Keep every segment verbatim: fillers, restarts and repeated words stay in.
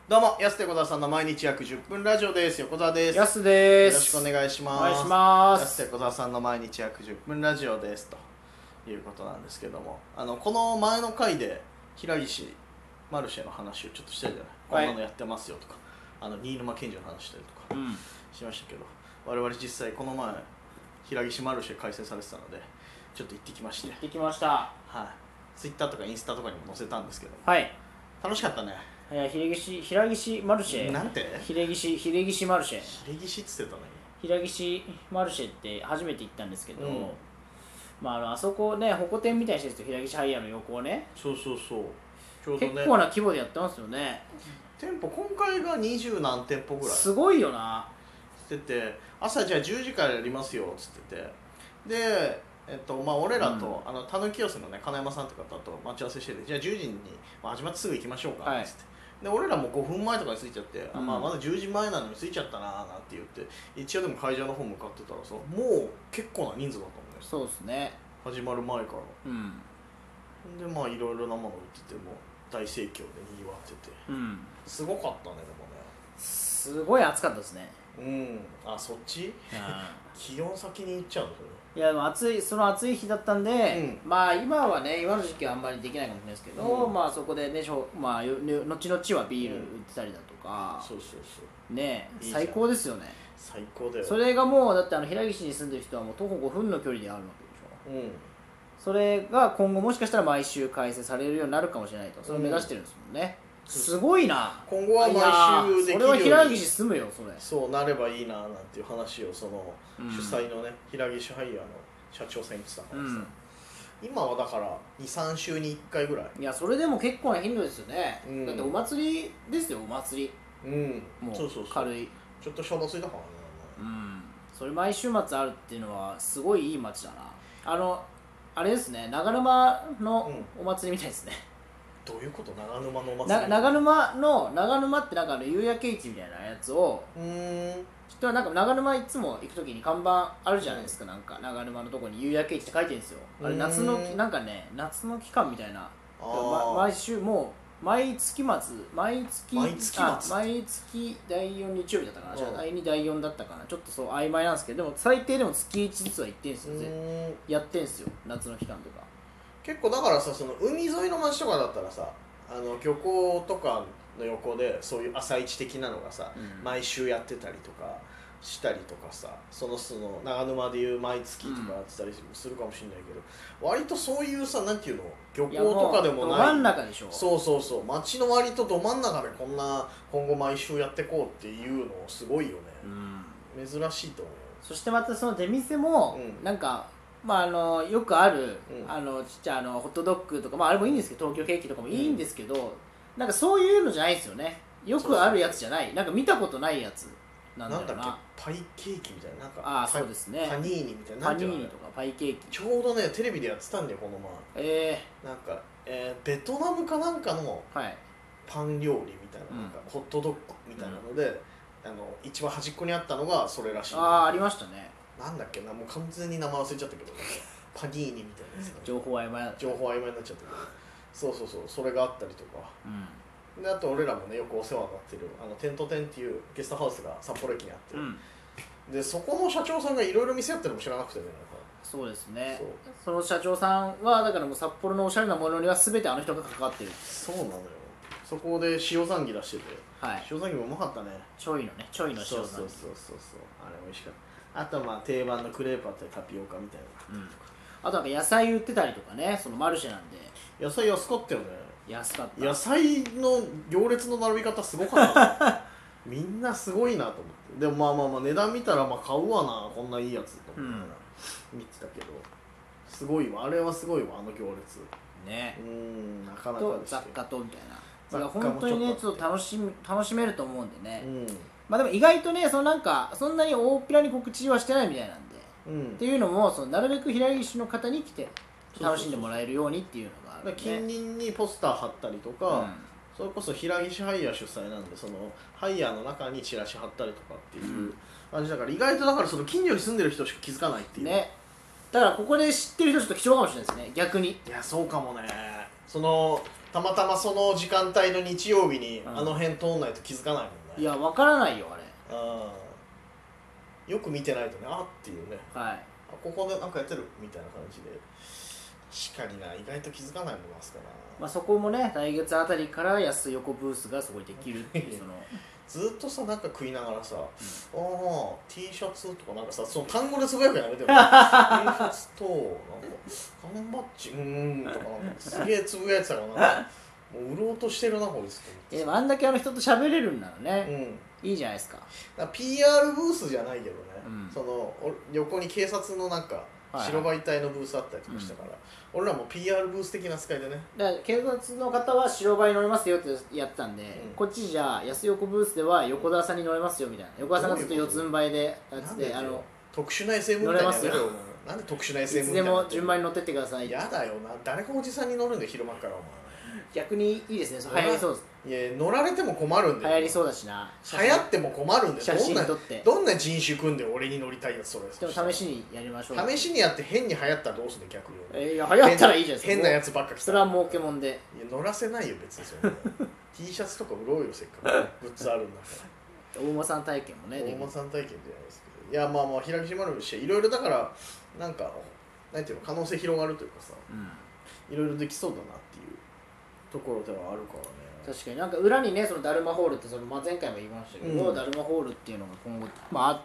どうも、安手小沢さんの毎日約じゅっぷんラジオです。横澤です。 やすです。 よろしくお願いします。 お願いします。 安手小沢さんの毎日約じゅっぷんラジオですということなんですけども、あのこの前の回で平岸マルシェの話をちょっとしてるじゃない、はい、こんなのやってますよとか、あの新沼賢治の話したりとかしましたけど、うん、我々実際この前平岸マルシェ開催されてたのでちょっと行ってきまして、 行ってきました。 はい、ツイッターとかインスタとかにも載せたんですけど、 はい、 楽しかったね。 いや、平岸平岸マルシェなんて平岸平岸マルシェ平岸っつってたのに平岸マルシェって初めて行ったんですけど、うん、まあ、あのあそこね、ホコ天みたいにしてるんですよ、平岸ハイヤーの横をね。 そうそうそう、ちょうどね、 結構な規模でやってますよね。 店舗今回が二十何店舗ぐらいすごいよな。 してて、朝じゃあじゅうじからやりますよっつってて、でえっとまあ、俺らと、うん、あのたぬき寄せのね金山さんって方と待ち合わせしてて、じゃあじゅうじに、まあ、始まってすぐ行きましょうかっつって、はい、で俺らもごふんまえとかに着いちゃって、うん、あまあ、まだじゅうじまえなのに着いちゃったなーなんて言って、一応でも会場の方向かってたらさ、もう結構な人数だったもんね。 そうですね、 始まる前から、うん、でまあいろいろなもの売ってても大盛況でにぎわってて、うん、すごかったね。でもねすごい暑かったですね。 うん、あ、そっち気温先に行っちゃうのそれ。 いや、でも暑い、その暑い日だったんで、うん、まあ今はね、今の時期はあんまりできないかもしれないですけど、うん、まあそこでね、まあ、後々はビール売ってたりだとか、 うん、そうそうそうね、いい最高ですよね。 最高だよ。 それがもうだってあの平岸に住んでる人はもう徒歩ごふんの距離であるわけでしょ。うん、それが今後もしかしたら毎週開催されるようになるかもしれないと、それを目指してるんですもんね。うん、すごいな。 今後は毎週できるように、 それは平岸住むよ、それ。 そうなればいいななんていう話をその、うん、主催のね平岸ハイヤーの社長さん言ってたからさ、うん、今はだからにさん週にいっかいぐらい。 いや、それでも結構な頻度ですよね。うん、だってお祭りですよ、お祭り。うん、もうそうそうそう、軽いちょっと正月だからね。 うん、それ毎週末あるっていうのはすごいいい街だな。あのあれですね、長沼のお祭りみたいですね。 うん、どういうこと？長沼のお祭り？ 長沼の長沼ってなんかあの夕焼け市みたいなやつを、うーん、人はなんか長沼いつも行くときに看板あるじゃないですか、うん、なんか長沼のとこに夕焼け市って書いてるんですよ。あれ夏のなんかね、夏の期間みたいな、ま、毎週もう毎月末毎月毎月末毎月だいよん日曜日だったかな、じゃあだいにだいよんだったかな、ちょっとそう曖昧なんですけど、でも最低でも月いちずつは行ってんすよ。やってんすよ、夏の期間とか。 結構だからさ、その海沿いの町とかだったらさ、あの漁港とかの横でそういう朝市的なのがさ、うん、毎週やってたりとかしたりとかさ、そのその長沼でいう毎月とかやってたりするかもしれないけど、うん、割とそういうさ、なんていうの、漁港とかでもない、 ど真ん中でしょ。 そうそうそう、町の割とど真ん中でこんな今後毎週やってこうっていうのすごいよね。うん、珍しいと思う。 そしてまたその出店も、うん、なんかまあ、あのよくある、うん、あのちっちゃいあのホットドッグとか、まあ、あれもいいんですけど、東京ケーキとかもいいんですけど、うん、なんかそういうのじゃないですよね。よくあるやつじゃない、なんか見たことないやつなんだろうな。 なんだっけ、パイケーキみたいな、なんか、 ああそうですね、 パニーニみたいな、 パニーニとかパイケーキ、 ちょうどねテレビでやってたんだよこの前。えー、なんか、えー、ベトナムかなんかのパン料理みたいな、はい、なんかホットドッグみたいなので、うん、あの一番端っこにあったのがそれらしい。 ああ、ありましたね。 なんだっけな、もう完全に名前忘れちゃったけど、パニーニみたいなやつ、ね、 情報曖昧情報曖昧になっちゃったけど、そうそうそう、それがあったりとか、うん、であと俺らもねよくお世話になってるあのテントテンっていうゲストハウスが札幌駅にあって、うん、でそこの社長さんがいろいろ店やってるのも知らなくてね。 そうですね、 そ, その社長さんはだからもう札幌のおしゃれなものには全てあの人が関わってる。 そうなのよ。そこで塩ザンギ出してて、はい、塩ザンギもうまかったね。 ちょいのね、ちょいの塩ザンギ、 そうそうそうそうそう、あれ美味しかった。あとまあ定番のクレープあったりタピオカみたいな、うん、 あとなんか野菜売ってたりとかね、そのマルシェなんで。 野菜安かったよね。 安かった。 野菜の行列の並び方すごかったねみんなすごいなと思って。でもまあまあまあ値段見たらまあ買うわな、こんないいやつと思って、うん、見てたけど、すごいわ、あれはすごいわ、あの行列ね。うん、なかなかでしたよ。雑貨とみたいな、いや本当にねちょっと楽しみ楽しめると思うんでね、うん、まあでも意外とね、そのなんかそんなに大っぴらに告知はしてないみたいなんで、うん、っていうのもそのなるべく平岸の方に来て楽しんでもらえるようにっていうのがある、ね、 近隣にポスター貼ったりとか、うん、それこそ平岸ハイヤー主催なんで、そのハイヤーの中にチラシ貼ったりとかっていう感じだから、意外とだからその近所に住んでる人しか気づかないっていうね。だからここで知ってる人ちょっと貴重かもしれないですね、逆に。 いやそうかもね。そのたまたまその時間帯の日曜日にあの辺通んないと気づかないもんね。 いや分からないよあれ。 あよく見てないとね、あっていうね、 はい、 あここでなんかやってるみたいな感じで、確かにな、意外と気づかないものですから、 まあ、そこもね来月あたりから安横ブースがそこにできるっていうそのずっとさ、なんか食いながらさ、うん、ああ T シャツとかなんかさ、その単語でつぶやくのやめてよT シャツとなんか缶バッジうーんとかなんかすげえつぶやいてたからなもう売ろうとしてるなこいつと思って。 でもあんだけあの人と喋れるんならね、うん、いいじゃないですか。 だから ピーアール ブースじゃないけどね、うん、その横に警察のなんか白バイ隊のブースあったりとかしたから、うん、俺らも ピーアール ブース的な扱いでね。 だから警察の方は白バイ乗れますよってやってたんで、うん、こっちじゃ安横ブースでは横澤さんに乗れますよみたいな、横澤さんがずっと四つん這いでやつで、あの特殊な エスエム みたいなやつよ。なんで特殊な エスエム みたいな。 いつでも順番に乗ってってください。 やだよな、誰かおじさんに乗るんで昼間からお前。 逆にいいですね、それ流行りそうです。 いや乗られても困るんで。 流行りそうだしな。 流行っても困るんで。 写真撮ってどんな人種組んで俺に乗りたいやつそれ。 でも試しにやりましょう。 試しにやって変に流行ったらどうすんの逆に。 えー、いや流行ったらいいじゃないですか。 変なやつばっか来た。 それは儲けもんで。 いや乗らせないよ別にそれ。T シャツとか売ろうよせっかくグッズあるんだから。 大間さん体験もね。 大間さん体験じゃないですけど。いやまあまあ開き締まるしいろいろだからなんかなんていうの可能性広がるというかさ、いろいろできそうだなっていうところではあるからね。 確かになんか裏にねそのダルマホールってその、まあ、前回も言いましたけど、うん、ダルマホールっていうのが今後、まあ、あって、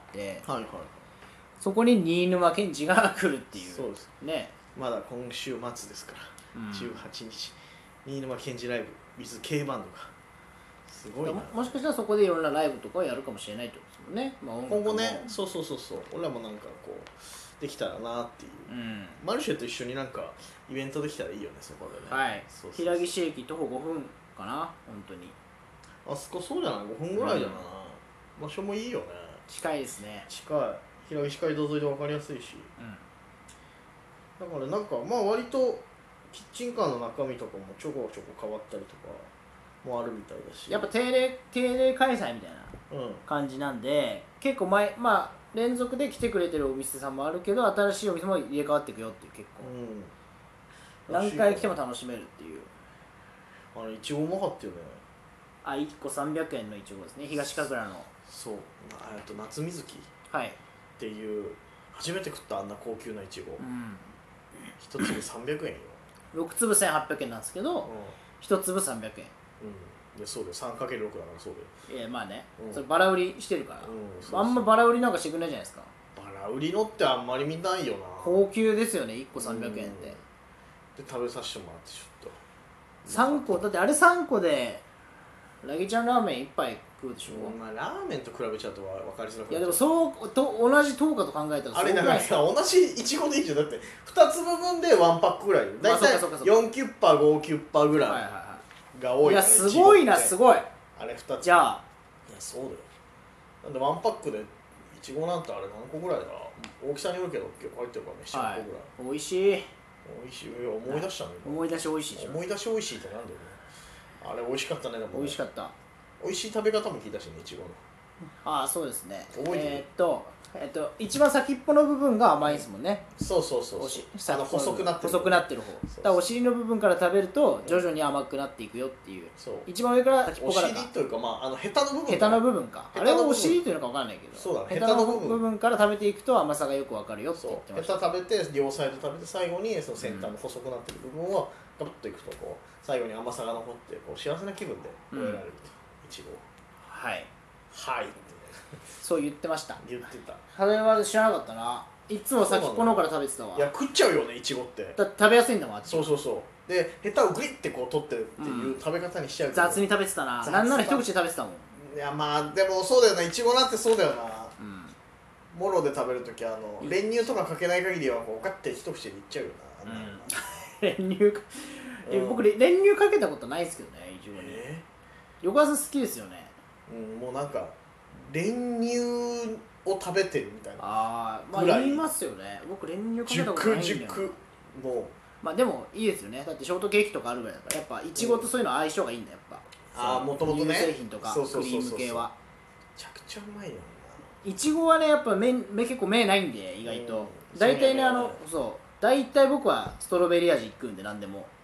はいはい、そこに新沼謙治が来るっていう。 そうですね。 まだ今週末ですから、うん、じゅうはちにち新沼謙治ライブ with K バンドがすごいな。 も, もしかしたらそこでいろんなライブとかをやるかもしれないってことですもんね、まあ、音楽も今後ね。そうそうそうそう、俺らもなんかこうできたらなっていう、うん、マルシェと一緒になんかイベントできたらいいよねそこでね。 はい。そうそうそう、平岸駅徒歩ごふんかな本当に。 あそこそうじゃないごふんぐらいじゃない、うん、場所もいいよね。 近いですね。 近い。平岸街道沿いで分かりやすいし、うん、だからなんかまあ割とキッチンカーの中身とかもちょこちょこ変わったりとかもあるみたいだし、 やっぱ定例定例開催みたいな感じなんで、うん、結構前まあ連続で来てくれてるお店さんもあるけど新しいお店も入れ替わっていくよっていう結構、うん、何回来ても楽しめるっていう。 あれいちごうまかったよね。 あ、いっこさんびゃくえんのいちごですね、東神楽の。 そう、えっと夏水木っていう、はい、初めて食ったあんな高級ないちご、うん、一粒さんびゃくえんよ。 ろくつぶせんはっぴゃくえんなんですけど、うん、一粒さんびゃくえん。 うん、でそうだよ さんかけるろく だからそうだよ。 いやまあね、うん、それバラ売りしてるから、うん、そうそう、あんまバラ売りなんかしてくれないじゃないですか。 バラ売りのってあんまり見ないよな。 高級ですよねいっこさんびゃくえんって、うん、で食べさせてもらってちょっとさんこだってあれさんこでラギちゃんラーメンいっぱい食うでしょ、 うん、まあラーメンと比べちゃうと分かりづらくなっちゃう。 いやでもそうと同じ等価と考えたらあれだからさ同じいちごでいいじゃん。だってふたつぶ分でワンパックぐらいだいたいよんキュッパーごキュッパーぐらいが多い。 いやすごいなすごい。 あれふたつじゃあいやそうだよ。なんでワンパックでいちごなんてあれ何個ぐらいだ、大きさによるけど結構入ってるからねななこぐらい、 はい、おいしいおいしい。思い出したね。 思い出しおいしい。 思い出しおいしいってなんだよね。あれ美味しかったね。でもね美味しかった。 美味しい食べ方も聞いたしねいちごの。 ああそうですね。覚えてる？えー、っとえー、っと一番先っぽの部分が甘いですもんね。 そうそうそうそう。あの細くなってる。 細くなってる方。だからお尻の部分から食べると徐々に甘くなっていくよっていう。そう。一番上から先っぽからか。 お尻というかまああのヘタの部分。 ヘタの部分か。あれはお尻というのかわかんないけど。 そうだね。 ヘタの部分から食べていくと甘さがよくわかるよって言ってました。 ヘタ食べて両サイド食べて最後にその先端の細くなってる部分をガブッといくとこう最後に甘さが残ってこう幸せな気分で終えられるいちご。 はいはいそう言ってました。 言ってた。 それは知らなかったな。いつも先っぽのから食べてたわ。 いや食っちゃうよねいちごって。 だって食べやすいんだもんあっち。 そうそうそうでヘタをグリッてこう取ってるっていう食べ方にしちゃうけど、 雑に食べてたな。なんなら一口で食べてたもん。 いやまあでもそうだよないちごなんてそうだよな、うん、もろで食べるときあの練乳とかかけない限りはこうガッて一口でいっちゃうよな、 うん、練乳かえ、うん、僕練乳かけたことないですけどねいちごに。えー、横川さん好きですよね。 うんもうなんか練乳を食べてるみたいな。 ああまあ言いますよね。僕練乳かけたことないんだよ。 熟熟もうまあでもいいですよね。だってショートケーキとかあるぐらいだからやっぱいちごとそういうの相性がいいんだやっぱ。 ああもともとね乳製品とかクリーム系はめちゃくちゃうまいよな。いちごはねやっぱ目目結構目ないんで意外と大体ねあのそう大体僕はストロベリー味いくんで何でも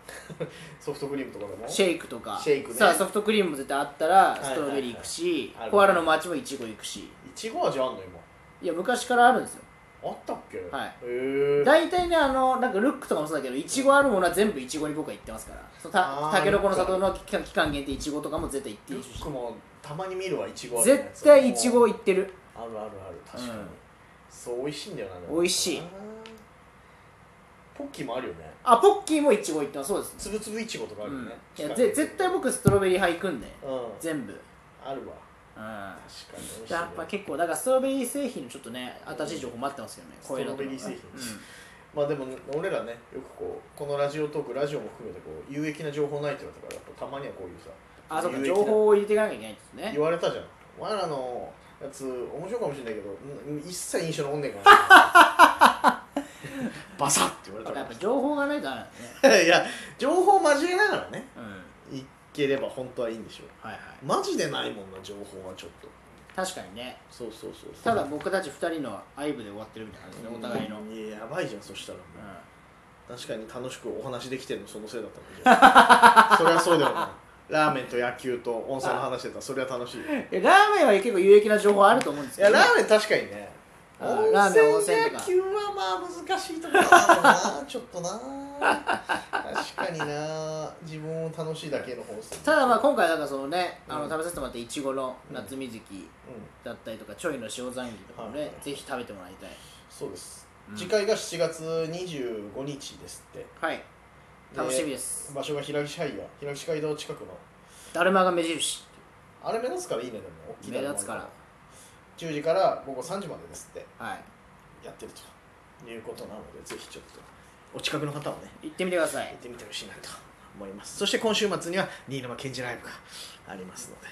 ソフトクリームとかでもシェイクとかシェイクねさあソフトクリームも絶対あったらいはいはいストロベリー行くし、 あるねコアラのマーチもイチゴ行くし、 いちご味あんの今いや昔からあるんですよ。 あったっけはいへえ大体ね、あのなんかルックとかもそうだけど、いちごあるものは全部いちごに僕は行ってますから、そのたあーたけのこの里の期間期間限定いちごとかも絶対行ってルるし、 ックもたまに見るわいちご味のやつ絶対いちご行ってる。 あるあるある確かに、 うんそう美味しいんだよなでも美味しい。 あーポッキーもあるよねあ、ポッキーもいちご行ってます。そうですね。 つぶつぶいちごとかあるよね、 いやぜ絶対僕ストロベリー派行くんで、 うん全部。 あるわうん、 確かに美味しい、ね、 やっぱ結構だからストロベリー製品のちょっとね新しい情報待ってますよね。 ストロベリー製品、 こういうのとかまあでも俺らねよくこうこのラジオトークラジオも含めてこう有益な情報ないって言われたからやっぱたまにはこういうさうん、あ、そうか、 有益な情報を入れていかなきゃいけないんですね。 言われたじゃんお前らのやつ面白いかもしれないけどん一切印象残んねえからバサッって言われたかやっぱ情報がないからね。 らいや情報交えながらねうん、 いければ本当はいいんでしょうはいはい。 マジでないもんな情報はちょっと確かにね。 そうそうそうそうただ僕たちふたりの愛部で終わってるみたいな感じですね、お互いの。うん、 いややばいじゃんそしたらもう確かに楽しくお話できてるのそのせいだったんでじゃあそれはそうだよなラーメンと野球と温泉の話してたらそれは楽しいいえラーメンは結構有益な情報あると思うんですけど、ね、 やラーメン確かにねあ温ラーメン温泉泉とか野球はまあ難しいところだよなちょっとな確かにな自分を楽しいだけの方ですただまあ今回だからそのね、あうんの食べさせてもらっていちごの夏水木うんだったりとか、ちょいの塩ザンギとかもね、 はいぜひ食べてもらいたい。 そうです、 うん次回がしちがつにじゅうごにちですってはい、楽しみです。 場所が平岸ハイヤー平岸街道近くのだるまが目印あれ目立つからいいねでも大きい目立つからじゅうじから午後さんじまでですってはいやってるということなのでぜひちょっとお近くの方はね行ってみてください。 行ってみてほしいなと思います。そして今週末には新沼賢治ライブがありますので